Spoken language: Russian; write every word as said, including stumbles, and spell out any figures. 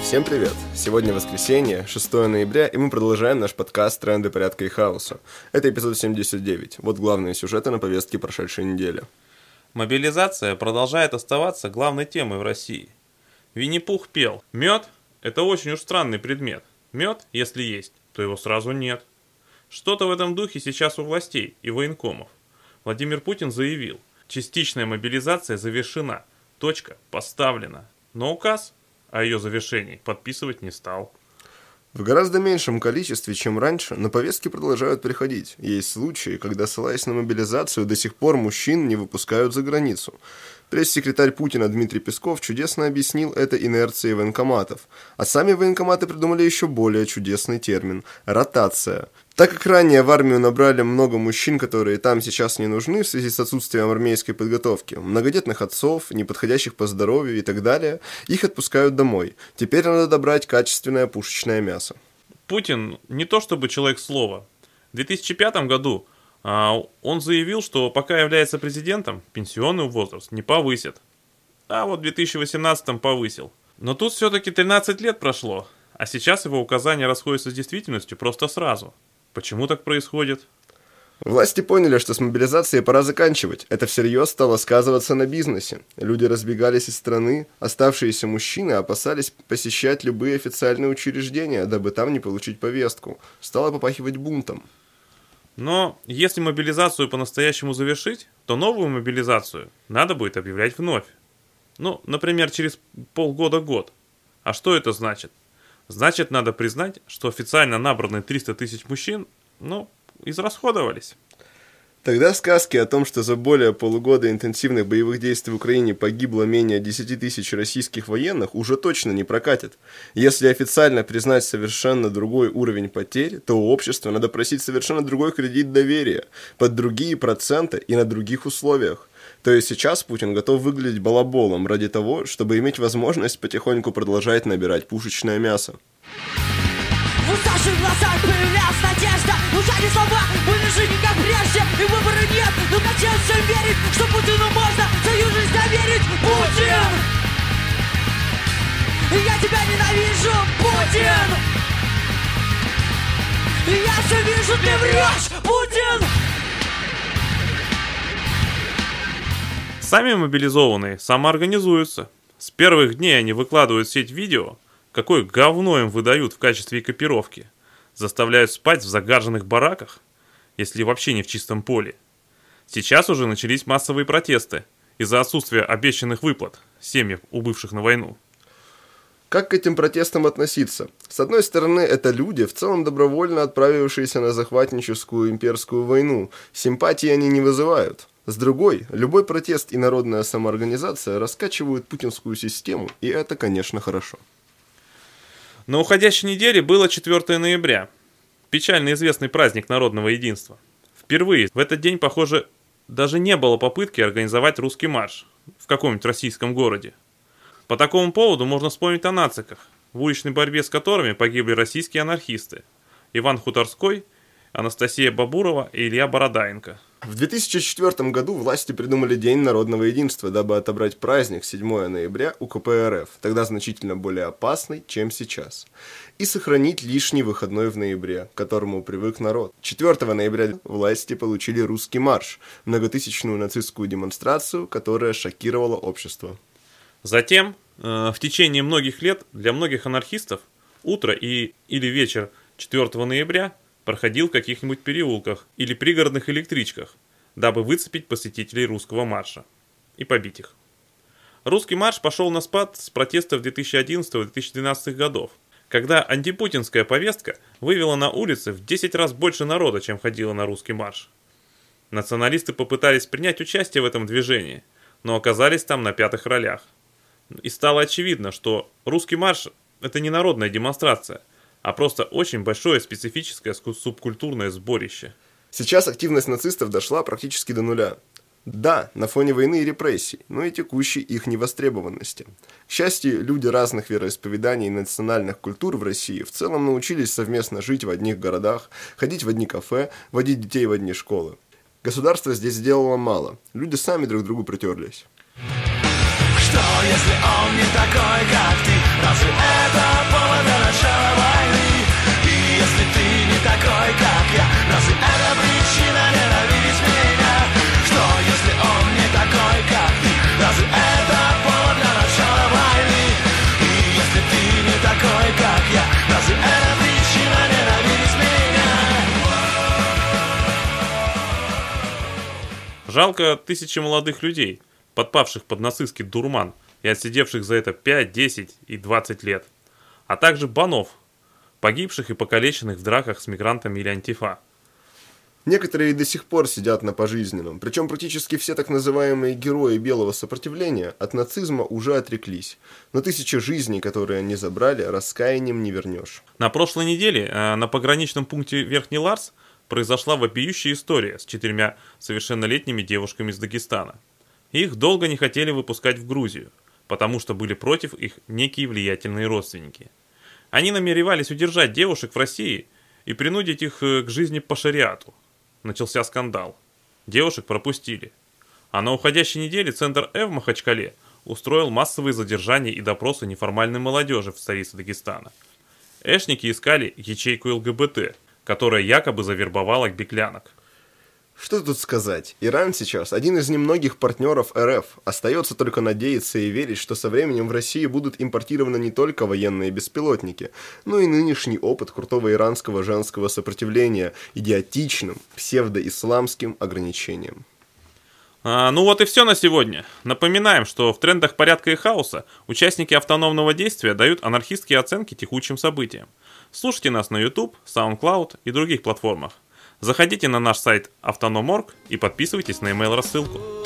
Всем привет! Сегодня воскресенье, шестое ноября, и мы продолжаем наш подкаст «Тренды порядка и хаоса». Это эпизод семьдесят девять. Вот главные сюжеты на повестке прошедшей недели. Мобилизация продолжает оставаться главной темой в России. Винни-Пух пел: «Мед – это очень уж странный предмет. Мед, если есть, то его сразу нет». Что-то в этом духе сейчас у властей и военкомов. Владимир Путин заявил: частичная мобилизация завершена, точка поставлена. Но указ о ее завершении подписывать не стал. В гораздо меньшем количестве, чем раньше, на повестки продолжают приходить. Есть случаи, когда, ссылаясь на мобилизацию, до сих пор мужчин не выпускают за границу. Пресс-секретарь Путина Дмитрий Песков чудесно объяснил это инерцией военкоматов. А сами военкоматы придумали еще более чудесный термин – ротация. Так как ранее в армию набрали много мужчин, которые там сейчас не нужны в связи с отсутствием армейской подготовки, многодетных отцов, неподходящих по здоровью и так далее, их отпускают домой. Теперь надо добрать качественное пушечное мясо. Путин не то чтобы человек слова. В две тысячи пятом году а, он заявил, что пока является президентом, пенсионный возраст не повысит. А вот в две тысячи восемнадцатом повысил. Но тут все-таки тринадцать лет прошло, а сейчас его указания расходятся с действительностью просто сразу. Почему так происходит? Власти поняли, что с мобилизацией пора заканчивать. Это всерьез стало сказываться на бизнесе. Люди разбегались из страны, оставшиеся мужчины опасались посещать любые официальные учреждения, дабы там не получить повестку. Стало попахивать бунтом. Но если мобилизацию по-настоящему завершить, то новую мобилизацию надо будет объявлять вновь. Ну, например, через полгода-год. А что это значит? Значит, надо признать, что официально набранные триста тысяч мужчин, ну, израсходовались. Тогда сказки о том, что за более полугода интенсивных боевых действий в Украине погибло менее десяти тысяч российских военных, уже точно не прокатят. Если официально признать совершенно другой уровень потерь, то у общества надо просить совершенно другой кредит доверия, под другие проценты и на других условиях. То есть сейчас Путин готов выглядеть балаболом ради того, чтобы иметь возможность потихоньку продолжать набирать пушечное мясо. В уставших глазах появлялась надежда, уже не слова, были жизни как прежде, и выбора нет, но хотелось всем верить, что Путину можно свою жизнь доверить. Путин! Я тебя ненавижу, Путин! Я все вижу, ты врешь, Путин! Сами мобилизованные самоорганизуются. С первых дней они выкладывают в сеть видео, какое говно им выдают в качестве экипировки. Заставляют спать в загаженных бараках, если вообще не в чистом поле. Сейчас уже начались массовые протесты из-за отсутствия обещанных выплат семьям, убывших на войну. Как к этим протестам относиться? С одной стороны, это люди, в целом добровольно отправившиеся на захватническую имперскую войну. Симпатии они не вызывают. С другой, любой протест и народная самоорганизация раскачивают путинскую систему, и это, конечно, хорошо. На уходящей неделе было четвёртое ноября, печально известный праздник народного единства. Впервые в этот день, похоже, даже не было попытки организовать русский марш в каком-нибудь российском городе. По такому поводу можно вспомнить о нациках, в уличной борьбе с которыми погибли российские анархисты Иван Хуторской, Анастасия Бабурова и Илья Бородаенко. В две тысячи четвёртом году власти придумали День народного единства, дабы отобрать праздник седьмое ноября у ка пэ эр эф, тогда значительно более опасный, чем сейчас, и сохранить лишний выходной в ноябре, к которому привык народ. четвёртого ноября власти получили русский марш, многотысячную нацистскую демонстрацию, которая шокировала общество. Затем, э, в течение многих лет для многих анархистов утро и, или вечер четвёртого ноября проходил в каких-нибудь переулках или пригородных электричках, дабы выцепить посетителей русского марша и побить их. Русский марш пошел на спад с протестов две тысячи одиннадцатого - две тысячи двенадцатого годов, когда антипутинская повестка вывела на улицы в десять раз больше народа, чем ходило на русский марш. Националисты попытались принять участие в этом движении, но оказались там на пятых ролях. И стало очевидно, что русский марш – это не народная демонстрация, а просто очень большое специфическое субкультурное сборище. Сейчас активность нацистов дошла практически до нуля. Да, на фоне войны и репрессий, но и текущей их невостребованности. К счастью, люди разных вероисповеданий и национальных культур в России в целом научились совместно жить в одних городах, ходить в одни кафе, водить детей в одни школы. Государство здесь сделало мало, люди сами друг к другу притерлись. Что если он не такой, как ты? Разве это повод для начала войны? И если ты не такой, как я, разве это причина ненавидеть меня? Что если он не такой, как ты? Разве это повод для начала войны? И если ты не такой, как я, разве это причина ненавидеть меня? Жалко тысячи молодых людей, подпавших под нацистский дурман и отсидевших за это пять, десять и двадцать лет, а также банов, погибших и покалеченных в драках с мигрантами или антифа. Некоторые до сих пор сидят на пожизненном, причем практически все так называемые герои белого сопротивления от нацизма уже отреклись. Но тысячи жизней, которые они забрали, раскаянием не вернешь. На прошлой неделе э, на пограничном пункте Верхний Ларс произошла вопиющая история с четырьмя совершеннолетними девушками из Дагестана. Их долго не хотели выпускать в Грузию, потому что были против их некие влиятельные родственники. Они намеревались удержать девушек в России и принудить их к жизни по шариату. Начался скандал. Девушек пропустили. А на уходящей неделе Центр Э в Махачкале устроил массовые задержания и допросы неформальной молодежи в столице Дагестана. Эшники искали ячейку Л Гэ Бэ Тэ, которая якобы завербовала беглянок. Что тут сказать? Иран сейчас один из немногих партнеров Эр Эф. Остается только надеяться и верить, что со временем в России будут импортированы не только военные беспилотники, но и нынешний опыт крутого иранского женского сопротивления идиотичным псевдоисламским ограничениям. А, ну вот и все на сегодня. Напоминаем, что в трендах порядка и хаоса участники автономного действия дают анархистские оценки текущим событиям. Слушайте нас на YouTube, SoundCloud и других платформах. Заходите на наш сайт автоном точка орг и подписывайтесь на email-рассылку.